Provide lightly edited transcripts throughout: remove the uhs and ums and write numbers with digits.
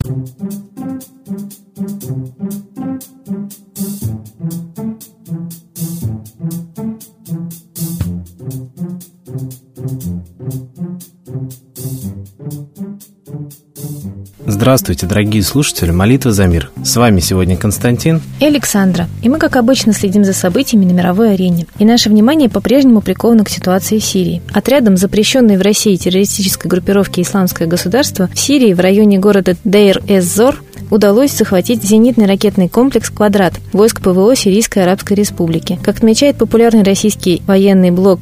Здравствуйте, дорогие слушатели «Молитва за мир». С вами сегодня Константин и Александра. И мы, как обычно, следим за событиями на мировой арене. И наше внимание по-прежнему приковано к ситуации в Сирии. Отрядом запрещенной в России террористической группировки «Исламское государство» в Сирии в районе города Дейр-эз-Зор удалось захватить зенитный ракетный комплекс «Квадрат» войск ПВО Сирийской Арабской Республики. Как отмечает популярный российский военный блог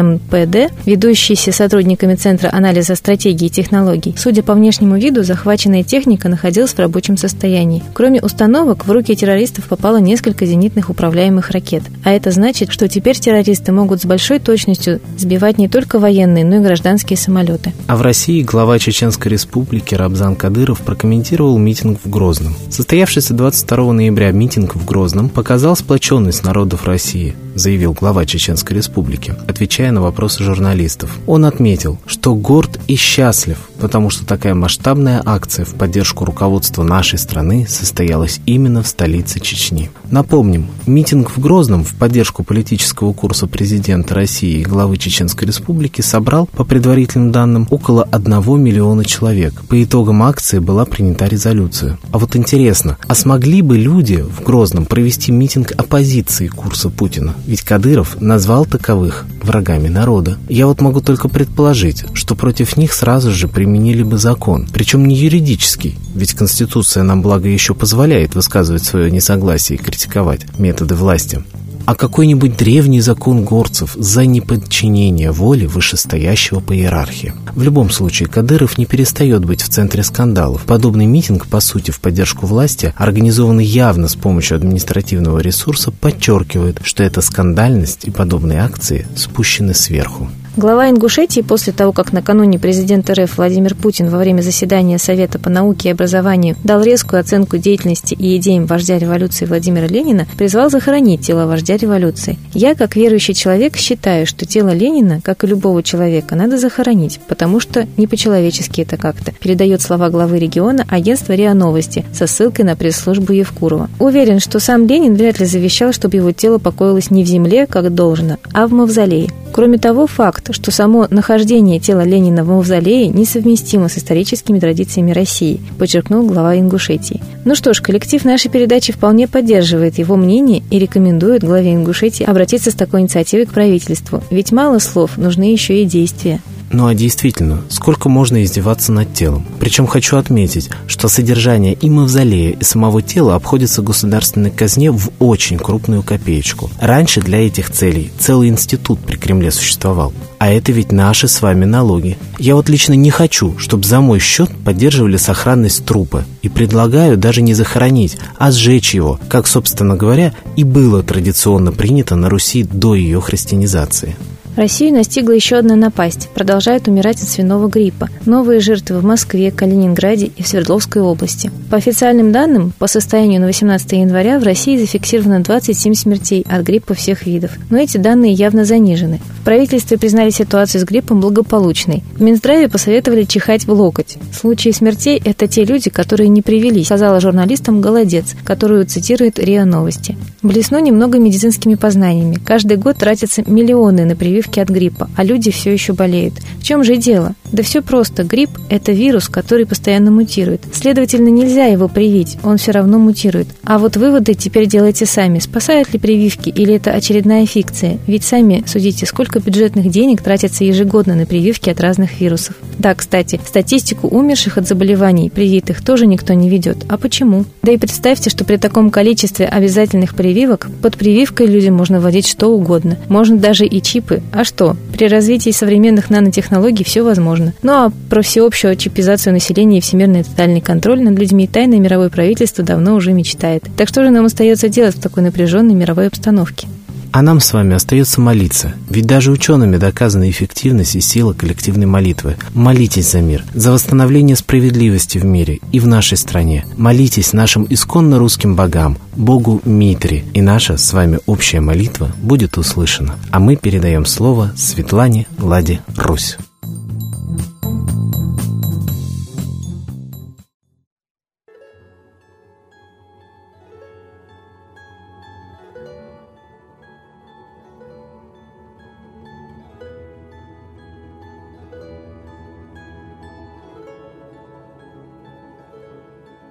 БМПД, ведущийся сотрудниками Центра анализа стратегий и технологий, судя по внешнему виду, захваченная техника находилась в рабочем состоянии. Кроме установок, в руки террористов попало несколько зенитных управляемых ракет. А это значит, что теперь террористы могут с большой точностью сбивать не только военные, но и гражданские самолеты. А в России глава Чеченской Республики Рамзан Кадыров прокомментировал митинг в Грозном. Состоявшийся 22 ноября митинг в Грозном показал сплоченность народов России, заявил глава Чеченской Республики, отвечая на вопросы журналистов. Он отметил, что горд и счастлив, потому что такая масштабная акция в поддержку руководства нашей страны состоялась именно в столице Чечни. Напомним, митинг в Грозном в поддержку политического курса президента России и главы Чеченской Республики собрал, по предварительным данным, около 1 миллиона человек. По итогам акции была принята резолюция. А вот интересно, а смогли бы люди в Грозном провести митинг оппозиции курса Путина? Ведь Кадыров назвал таковых врагами народа. Я вот могу только предположить, что против них сразу же применили бы закон. Причем не юридический, ведь Конституция нам, благо, еще позволяет высказывать свое несогласие и критиковать методы власти. А какой-нибудь древний закон горцев за неподчинение воле вышестоящего по иерархии. В любом случае, Кадыров не перестает быть в центре скандалов. Подобный митинг, по сути, в поддержку власти, организованный явно с помощью административного ресурса, подчеркивает, что эта скандальность и подобные акции спущены сверху. Глава Ингушетии после того, как накануне президент РФ Владимир Путин во время заседания Совета по науке и образованию дал резкую оценку деятельности и идеям вождя революции Владимира Ленина, призвал захоронить тело вождя революции. Я, как верующий человек, считаю, что тело Ленина, как и любого человека, надо захоронить, потому что не по-человечески это как-то, передает слова главы региона агентство РИА Новости со ссылкой на пресс-службу Евкурова. Уверен, что сам Ленин вряд ли завещал, чтобы его тело покоилось не в земле, как должно, а в мавзолее. Кроме того, факт, что само нахождение тела Ленина в мавзолее несовместимо с историческими традициями России, подчеркнул глава Ингушетии. Ну что ж, коллектив нашей передачи вполне поддерживает его мнение и рекомендует главе Ингушетии обратиться с такой инициативой к правительству. Ведь мало слов, нужны еще и действия. Ну а действительно, сколько можно издеваться над телом? Причем хочу отметить, что содержание и мавзолея, и самого тела обходится государственной казне в очень крупную копеечку. Раньше для этих целей целый институт при Кремле существовал. А это ведь наши с вами налоги. Я вот лично не хочу, чтобы за мой счет поддерживали сохранность трупа. И предлагаю даже не захоронить, а сжечь его, как, собственно говоря, и было традиционно принято на Руси до ее христианизации. Россию настигла еще одна напасть. Продолжают умирать от свиного гриппа. Новые жертвы в Москве, Калининграде и в Свердловской области. По официальным данным, по состоянию на 18 января в России зафиксировано 27 смертей от гриппа всех видов. Но эти данные явно занижены. В правительстве признали ситуацию с гриппом благополучной. В Минздраве посоветовали чихать в локоть. Случаи смертей – это те люди, которые не привились, сказала журналистам Голодец, которую цитирует РИА Новости. Блесну немного медицинскими познаниями. Каждый год тратятся миллионы на прививки от гриппа, а люди все еще болеют. В чем же дело? Да все просто. Грипп – это вирус, который постоянно мутирует. Следовательно, нельзя его привить, он все равно мутирует. А вот выводы теперь делайте сами. Спасают ли прививки или это очередная фикция? Ведь сами судите, сколько бюджетных денег тратится ежегодно на прививки от разных вирусов. Да, кстати, статистику умерших от заболеваний привитых тоже никто не ведет. А почему? Да и представьте, что при таком количестве обязательных прививок под прививкой людям можно вводить что угодно. Можно даже и чипы. А что? При развитии современных нанотехнологий все возможно. Ну а про всеобщую чипизацию населения и всемирный тотальный контроль над людьми тайное мировое правительство давно уже мечтает. Так что же нам остается делать в такой напряженной мировой обстановке? А нам с вами остается молиться. Ведь даже учеными доказана эффективность и сила коллективной молитвы. Молитесь за мир, за восстановление справедливости в мире и в нашей стране. Молитесь нашим исконно русским богам, Богу Митре, и наша с вами общая молитва будет услышана. А мы передаем слово Светлане Ладе Русь.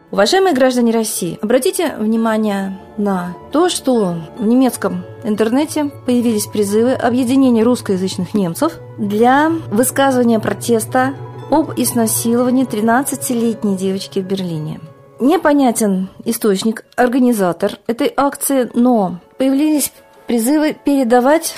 Уважаемые граждане России, обратите внимание на то, что в немецком интернете появились призывы объединения русскоязычных немцев для высказывания протеста об изнасиловании 13-летней девочки в Берлине. Непонятен источник, организатор этой акции, но появились призывы передавать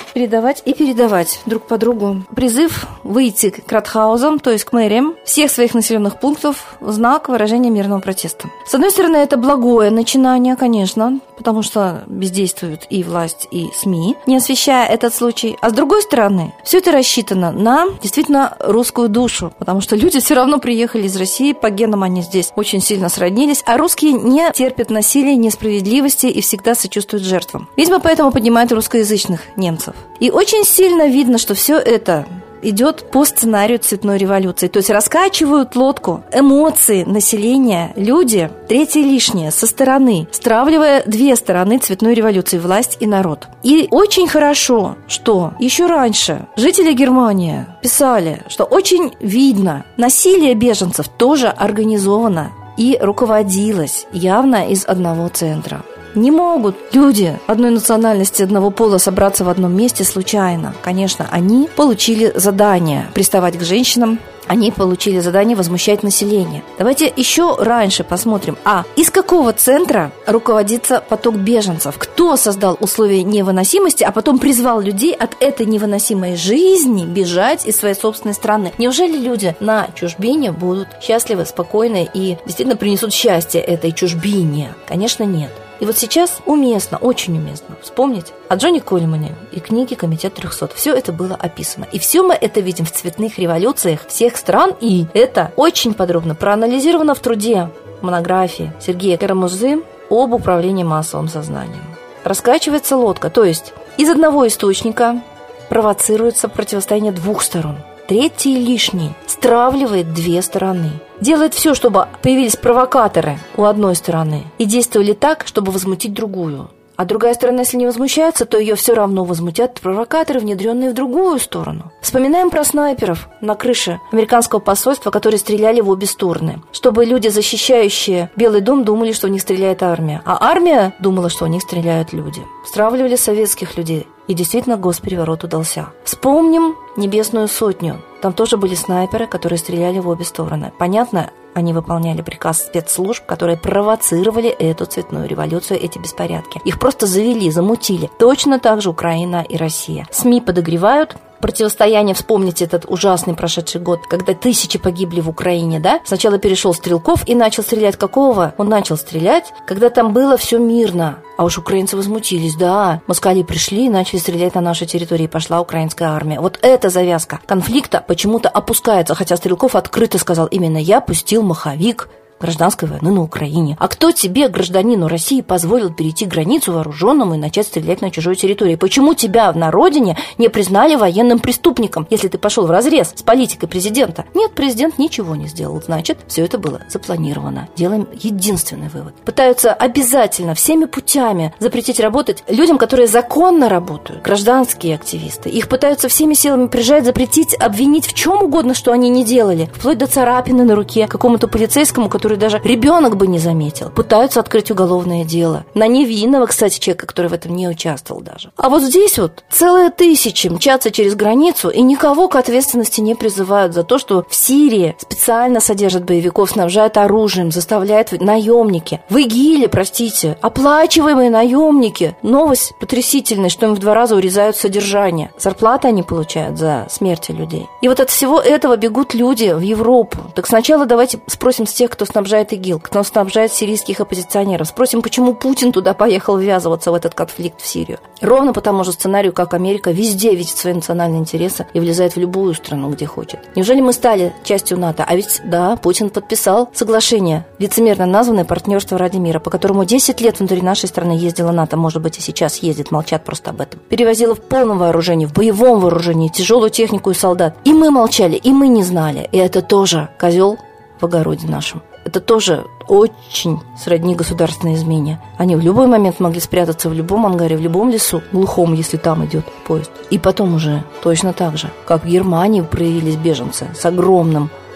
друг по другу. Призыв выйти к Ратхаузам, то есть к мэриям всех своих населенных пунктов в знак выражения мирного протеста. С одной стороны, это благое начинание, конечно, потому что бездействуют и власть, и СМИ, не освещая этот случай. А с другой стороны, все это рассчитано на действительно русскую душу, потому что люди все равно приехали из России, по генам они здесь очень сильно сроднились, а русские не терпят насилия, несправедливости и всегда сочувствуют жертвам. Видимо, поэтому поднимают русскоязычных немцев. И очень сильно видно, что все это идет по сценарию цветной революции. То есть раскачивают лодку эмоции населения, люди, третье лишнее, со стороны, стравливая две стороны цветной революции – власть и народ. И очень хорошо, что еще раньше жители Германии писали, что очень видно, насилие беженцев тоже организовано и руководилось явно из одного центра. Не могут люди одной национальности, одного пола собраться в одном месте случайно. Конечно, они получили задание приставать к женщинам, они получили задание возмущать население. Давайте еще раньше посмотрим, из какого центра руководится поток беженцев? Кто создал условия невыносимости, а потом призвал людей от этой невыносимой жизни бежать из своей собственной страны? Неужели люди на чужбине будут счастливы, спокойны и действительно принесут счастье этой чужбине? Конечно, нет. И вот сейчас уместно, очень уместно вспомнить о Джоне Кольмане и книге «Комитет 300». Все это было описано. И все мы это видим в цветных революциях всех стран. И это очень подробно проанализировано в труде монографии Сергея Карамурзы об управлении массовым сознанием. Раскачивается лодка, то есть из одного источника провоцируется противостояние двух сторон. Третий лишний стравливает две стороны. Делает все, чтобы появились провокаторы у одной стороны и действовали так, чтобы возмутить другую. А другая сторона, если не возмущается, то ее все равно возмутят провокаторы, внедренные в другую сторону. Вспоминаем про снайперов на крыше американского посольства, которые стреляли в обе стороны, чтобы люди, защищающие Белый дом, думали, что в них стреляет армия, а армия думала, что в них стреляют люди. Стравливали советских людей. И действительно, госпереворот удался. Вспомним «Небесную сотню». Там тоже были снайперы, которые стреляли в обе стороны. Понятно, они выполняли приказ спецслужб, которые провоцировали эту цветную революцию, эти беспорядки. Их просто завели, замутили. Точно так же Украина и Россия. СМИ подогревают противостояние. Вспомните этот ужасный прошедший год, когда тысячи погибли в Украине, да? Сначала перешел Стрелков и начал стрелять. Какого? Он начал стрелять, когда там было все мирно. А уж украинцы возмутились, да. Москали пришли и начали стрелять на нашей территории. Пошла украинская армия. Вот эта завязка конфликта почему-то опускается. Хотя Стрелков открыто сказал: именно я пустил маховик гражданской войны на Украине. А кто тебе, гражданину России, позволил перейти границу вооруженному и начать стрелять на чужой территории? Почему тебя на родине не признали военным преступником, если ты пошел вразрез с политикой президента? Нет, президент ничего не сделал. Значит, все это было запланировано. Делаем единственный вывод. Пытаются обязательно всеми путями запретить работать людям, которые законно работают, гражданские активисты. Их пытаются всеми силами прижать, запретить, обвинить в чем угодно, что они не делали. Вплоть до царапины на руке какому-то полицейскому, который даже ребенок бы не заметил. Пытаются открыть уголовное дело. На невинного, кстати, человека, который в этом не участвовал даже. А вот здесь вот целые тысячи мчатся через границу и никого к ответственности не призывают за то, что в Сирии специально содержат боевиков, снабжают оружием, заставляют наемники. В ИГИЛе, простите, оплачиваемые наемники. Новость потрясительная, что им в 2 раза урезают содержание. Зарплаты они получают за смерти людей. И вот от всего этого бегут люди в Европу. Так сначала давайте спросим с тех, кто снабжает ИГИЛ, кто снабжает сирийских оппозиционеров. Спросим, почему Путин туда поехал ввязываться в этот конфликт в Сирию. Ровно по тому же сценарию, как Америка везде видит свои национальные интересы и влезает в любую страну, где хочет. Неужели мы стали частью НАТО? А ведь, да, Путин подписал соглашение, лицемерно названное «Партнерство ради мира», по которому 10 лет внутри нашей страны ездила НАТО, может быть, и сейчас ездит, молчат просто об этом. Перевозила в полном вооружении, в боевом вооружении тяжелую технику и солдат. И мы молчали, и мы не знали. И это тоже козел в огороде нашем. Это тоже очень сродни государственной измене. Они в любой момент могли спрятаться в любом ангаре, в любом лесу, глухом, если там идет поезд. И потом уже точно так же, как в Германии проявились беженцы с огромным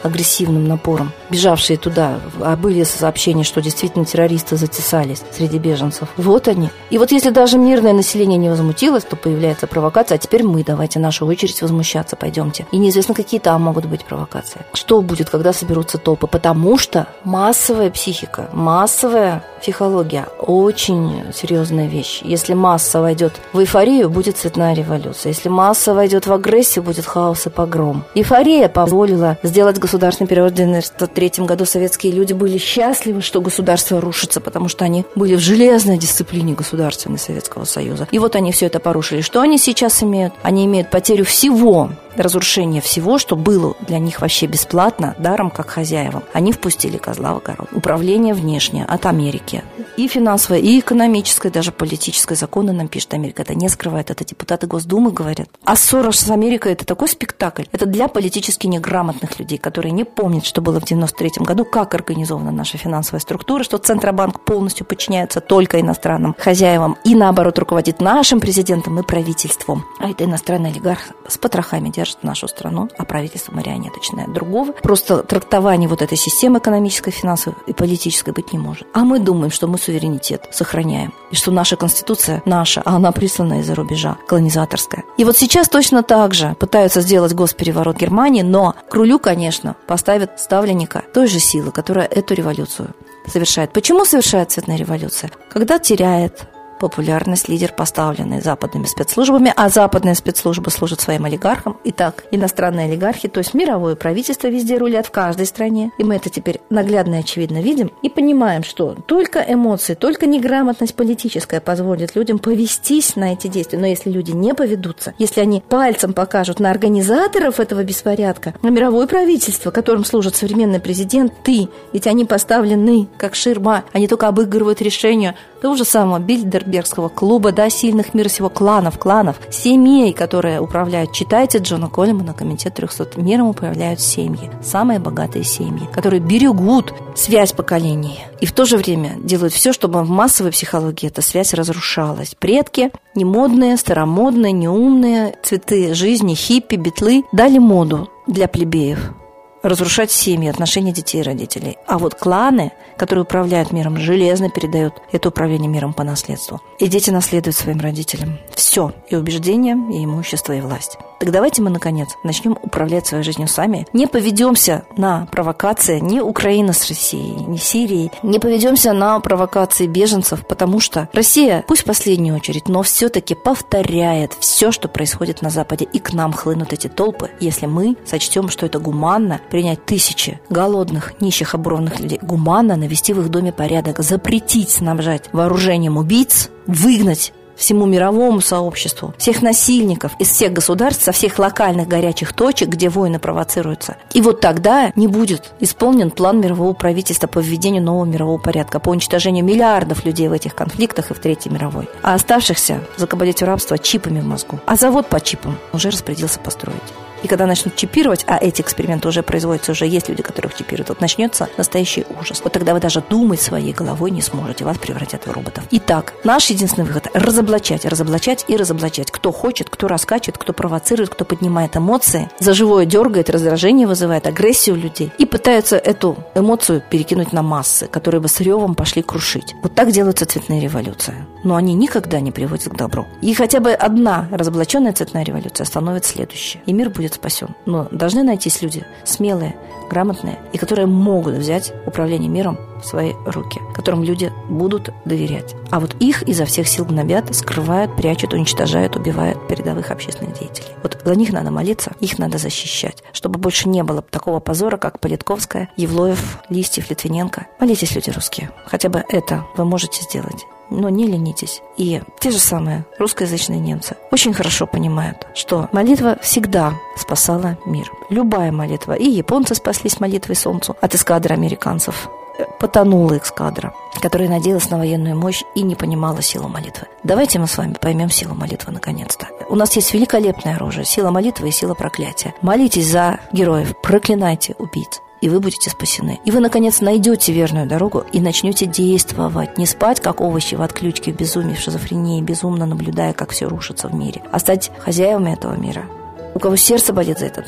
агрессивным напором. Бежавшие туда, а были сообщения, что действительно террористы затесались среди беженцев. Вот они. И вот если даже мирное население не возмутилось, то появляется провокация, а теперь мы, давайте нашу очередь возмущаться, пойдемте. И неизвестно, какие там могут быть провокации. Что будет, когда соберутся толпы? Потому что массовая психика, массовая психология – очень серьезная вещь. Если масса войдет в эйфорию, будет цветная революция. Если масса войдет в агрессию, будет хаос и погром. Эйфория позволила сделать государственный переворот. В 1993 году советские люди были счастливы, что государство рушится, потому что они были в железной дисциплине государственной Советского Союза. И вот они все это порушили. Что они сейчас имеют? Они имеют потерю всего, разрушение всего, что было для них вообще бесплатно, даром как хозяевам. Они впустили козла в огород. Управление внешнее от Америки. И финансовое, и экономическое, даже политическое. Законы нам пишет Америка. Это не скрывает. Это депутаты Госдумы говорят. А ссора с Америкой – это такой спектакль. Это для политически неграмотных людей, которые не помнят, что было в 1993 году, как организована наша финансовая структура, что Центробанк полностью подчиняется только иностранным хозяевам и, наоборот, руководит нашим президентом и правительством. А это иностранный олигарх с потрохами держит нашу страну, а правительство марионеточное. Другого просто трактования вот этой системы экономической, финансовой и политической быть не может. А мы думаем, что мы суверенитет сохраняем, и что наша конституция наша, а она прислана из-за рубежа, колонизаторская. И вот сейчас точно так же пытаются сделать госпереворот Германии, но к рулю, конечно, поставят ставленника той же силы, которая эту революцию совершает. Почему совершает цветная революция? Когда теряет популярность лидер, поставленный западными спецслужбами, а западные спецслужбы служат своим олигархам. Итак, иностранные олигархи, то есть мировое правительство везде рулят, в каждой стране. И мы это теперь наглядно и очевидно видим и понимаем, что только эмоции, только неграмотность политическая позволит людям повестись на эти действия. Но если люди не поведутся, если они пальцем покажут на организаторов этого беспорядка, на мировое правительство, которым служит современный президент, ведь они поставлены как ширма, они только обыгрывают решения того же самого Бильдербергского клуба, сильных мира сего кланов, семей, которые управляют. Читайте Джона Коллимана, Комитет 300. Миром управляют семьи, самые богатые семьи, которые берегут связь поколений. И в то же время делают все, чтобы в массовой психологии эта связь разрушалась. Предки, не модные, старомодные, неумные, цветы жизни, хиппи, битлы дали моду для плебеев разрушать семьи, отношения детей и родителей. А вот кланы, которые управляют миром, железно передают это управление миром по наследству. И дети наследуют своим родителям все, и убеждения, и имущество, и власть. Так давайте мы, наконец, начнем управлять своей жизнью сами. Не поведемся на провокации ни Украины с Россией, ни Сирией. Не поведемся на провокации беженцев, потому что Россия, пусть в последнюю очередь, но все-таки повторяет все, что происходит на Западе. И к нам хлынут эти толпы, если мы сочтем, что это гуманно принять тысячи голодных, нищих, оборванных людей. Гуманно навести в их доме порядок, запретить снабжать вооружением убийц, выгнать всему мировому сообществу всех насильников из всех государств, со всех локальных горячих точек, где войны провоцируются. И вот тогда не будет исполнен план мирового правительства по введению нового мирового порядка, по уничтожению миллиардов людей в этих конфликтах и в Третьей мировой. А оставшихся закабалить в рабство чипами в мозгу. А завод по чипам уже распорядился построить. И когда начнут чипировать, а эти эксперименты уже производятся, уже есть люди, которых чипируют, вот начнется настоящий ужас. Вот тогда вы даже думать своей головой не сможете, вас превратят в роботов. Итак, наш единственный выход – разоблачать и разоблачать. Кто хочет, кто раскачивает, кто провоцирует, кто поднимает эмоции, за живое дергает, раздражение вызывает, агрессию людей. И пытаются эту эмоцию перекинуть на массы, которые бы с ревом пошли крушить. Вот так делаются цветные революции. Но они никогда не приводят к добру. И хотя бы одна разоблаченная цветная революция остановит следующее. И мир будет спасен. Но должны найтись люди смелые, грамотные, и которые могут взять управление миром в свои руки, которым люди будут доверять. А вот их изо всех сил гнобят, скрывают, прячут, уничтожают, убивают передовых общественных деятелей. Вот за них надо молиться, их надо защищать, чтобы больше не было такого позора, как Политковская, Евлоев, Листьев, Литвиненко. Молитесь, люди русские. Хотя бы это вы можете сделать. Но не ленитесь. И те же самые русскоязычные немцы очень хорошо понимают, что молитва всегда спасала мир. Любая молитва. И японцы спаслись молитвой солнцу от эскадры американцев. Потонула эскадра, которая надеялась на военную мощь и не понимала силу молитвы. Давайте мы с вами поймем силу молитвы наконец-то. У нас есть великолепное оружие – сила молитвы и сила проклятия. Молитесь за героев, проклинайте убийц, и вы будете спасены. И вы, наконец, найдете верную дорогу и начнете действовать. Не спать, как овощи в отключке, в безумии, в шизофрении, безумно наблюдая, как все рушится в мире, а стать хозяевами этого мира. У кого сердце болит за этот мир,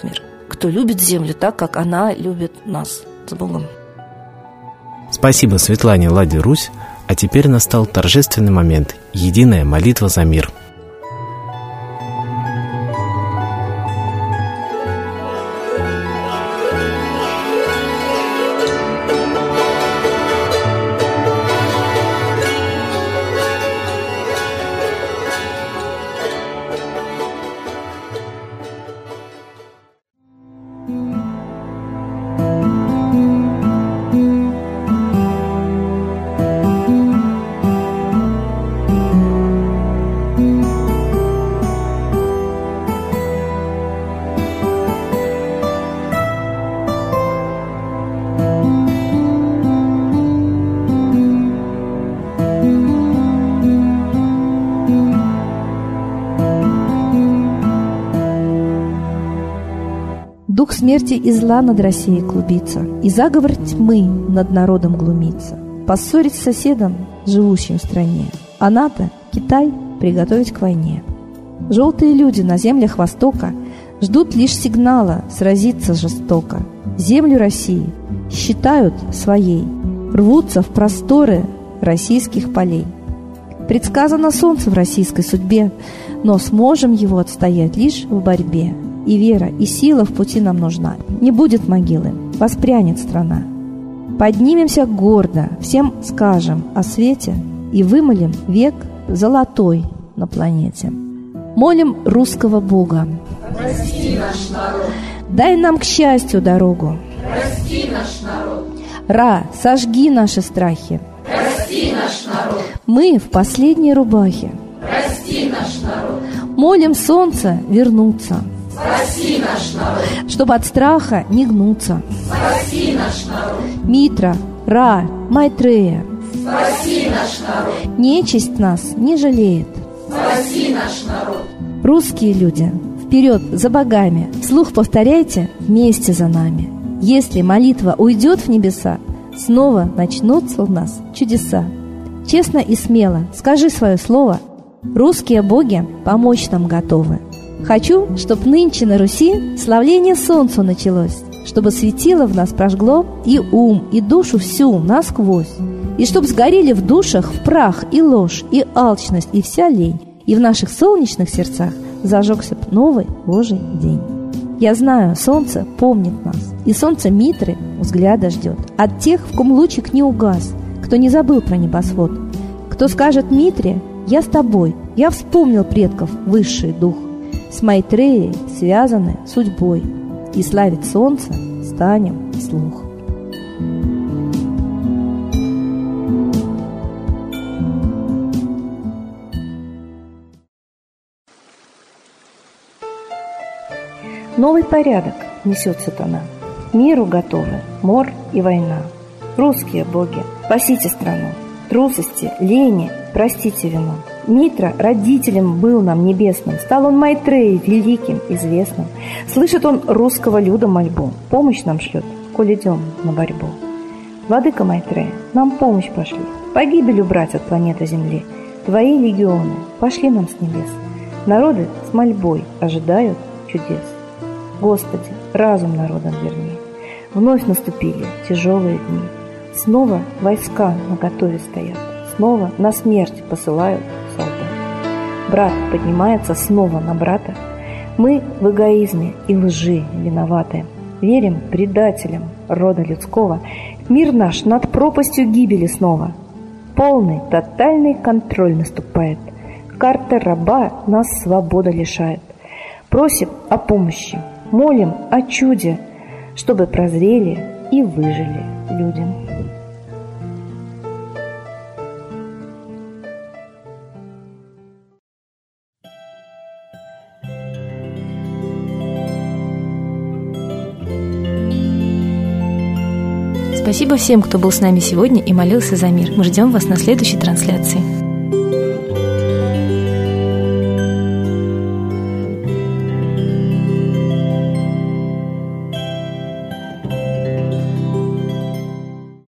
кто любит землю так, как она любит нас. С Богом. Спасибо Светлане Ладе Русь. А теперь настал торжественный момент – единая молитва за мир. Дух смерти и зла над Россией клубится, и заговор тьмы над народом глумится. Поссорить с соседом, живущим в стране, а НАТО, Китай, приготовить к войне. Желтые люди на землях Востока ждут лишь сигнала сразиться жестоко. Землю России считают своей, рвутся в просторы российских полей. Предсказано солнце в российской судьбе, но сможем его отстоять лишь в борьбе. И вера, и сила в пути нам нужна. Не будет могилы, воспрянет страна. Поднимемся гордо, всем скажем о свете и вымолим век золотой на планете. Молим русского Бога. Прости наш народ. Дай нам к счастью дорогу. Прости наш народ. Ра, сожги наши страхи. Прости наш народ. Мы в последней рубахе. Прости наш народ. Молим солнце вернуться. Спаси наш народ. Чтобы от страха не гнуться. Спаси наш народ. Митра, Ра, Майтрея. Спаси наш народ. Нечисть нас не жалеет. Спаси наш народ. Русские люди, вперед за богами. Вслух повторяйте вместе за нами. Если молитва уйдет в небеса, снова начнутся у нас чудеса. Честно и смело скажи свое слово. Русские боги помочь нам готовы. Хочу, чтоб нынче на Руси славление солнцу началось, чтобы светило в нас прожгло и ум, и душу всю насквозь, и чтоб сгорели в душах в прах и ложь, и алчность, и вся лень, и в наших солнечных сердцах зажегся б новый Божий день. Я знаю, солнце помнит нас, и солнце Митры взгляда ждет от тех, в ком лучик не угас, кто не забыл про небосвод, кто скажет Митре: «Я с тобой, я вспомнил предков высший дух». С Майтреей связаны судьбой, и славить солнце станем вслух. Новый порядок несет сатана. Миру готовы мор и война. Русские боги, спасите страну. Трусости, лени, простите вину. Митра родителем был нам небесным, стал он Майтреей великим, известным. Слышит он русского люда мольбу, помощь нам шлет, коль идем на борьбу. Владыка Майтрея, нам помощь пошли, погибель убрать от планеты Земли. Твои легионы пошли нам с небес. Народы с мольбой ожидают чудес. Господи, разум народам верни. Вновь наступили тяжелые дни. Снова войска наготове стоят, снова на смерть посылают солдат. Брат поднимается снова на брата. Мы в эгоизме и лжи виноваты. Верим предателям рода людского. Мир наш над пропастью гибели снова. Полный, тотальный контроль наступает. Карта раба нас свобода лишает. Просим о помощи, молим о чуде, чтобы прозрели и выжили людям. Спасибо всем, кто был с нами сегодня и молился за мир. Мы ждем вас на следующей трансляции.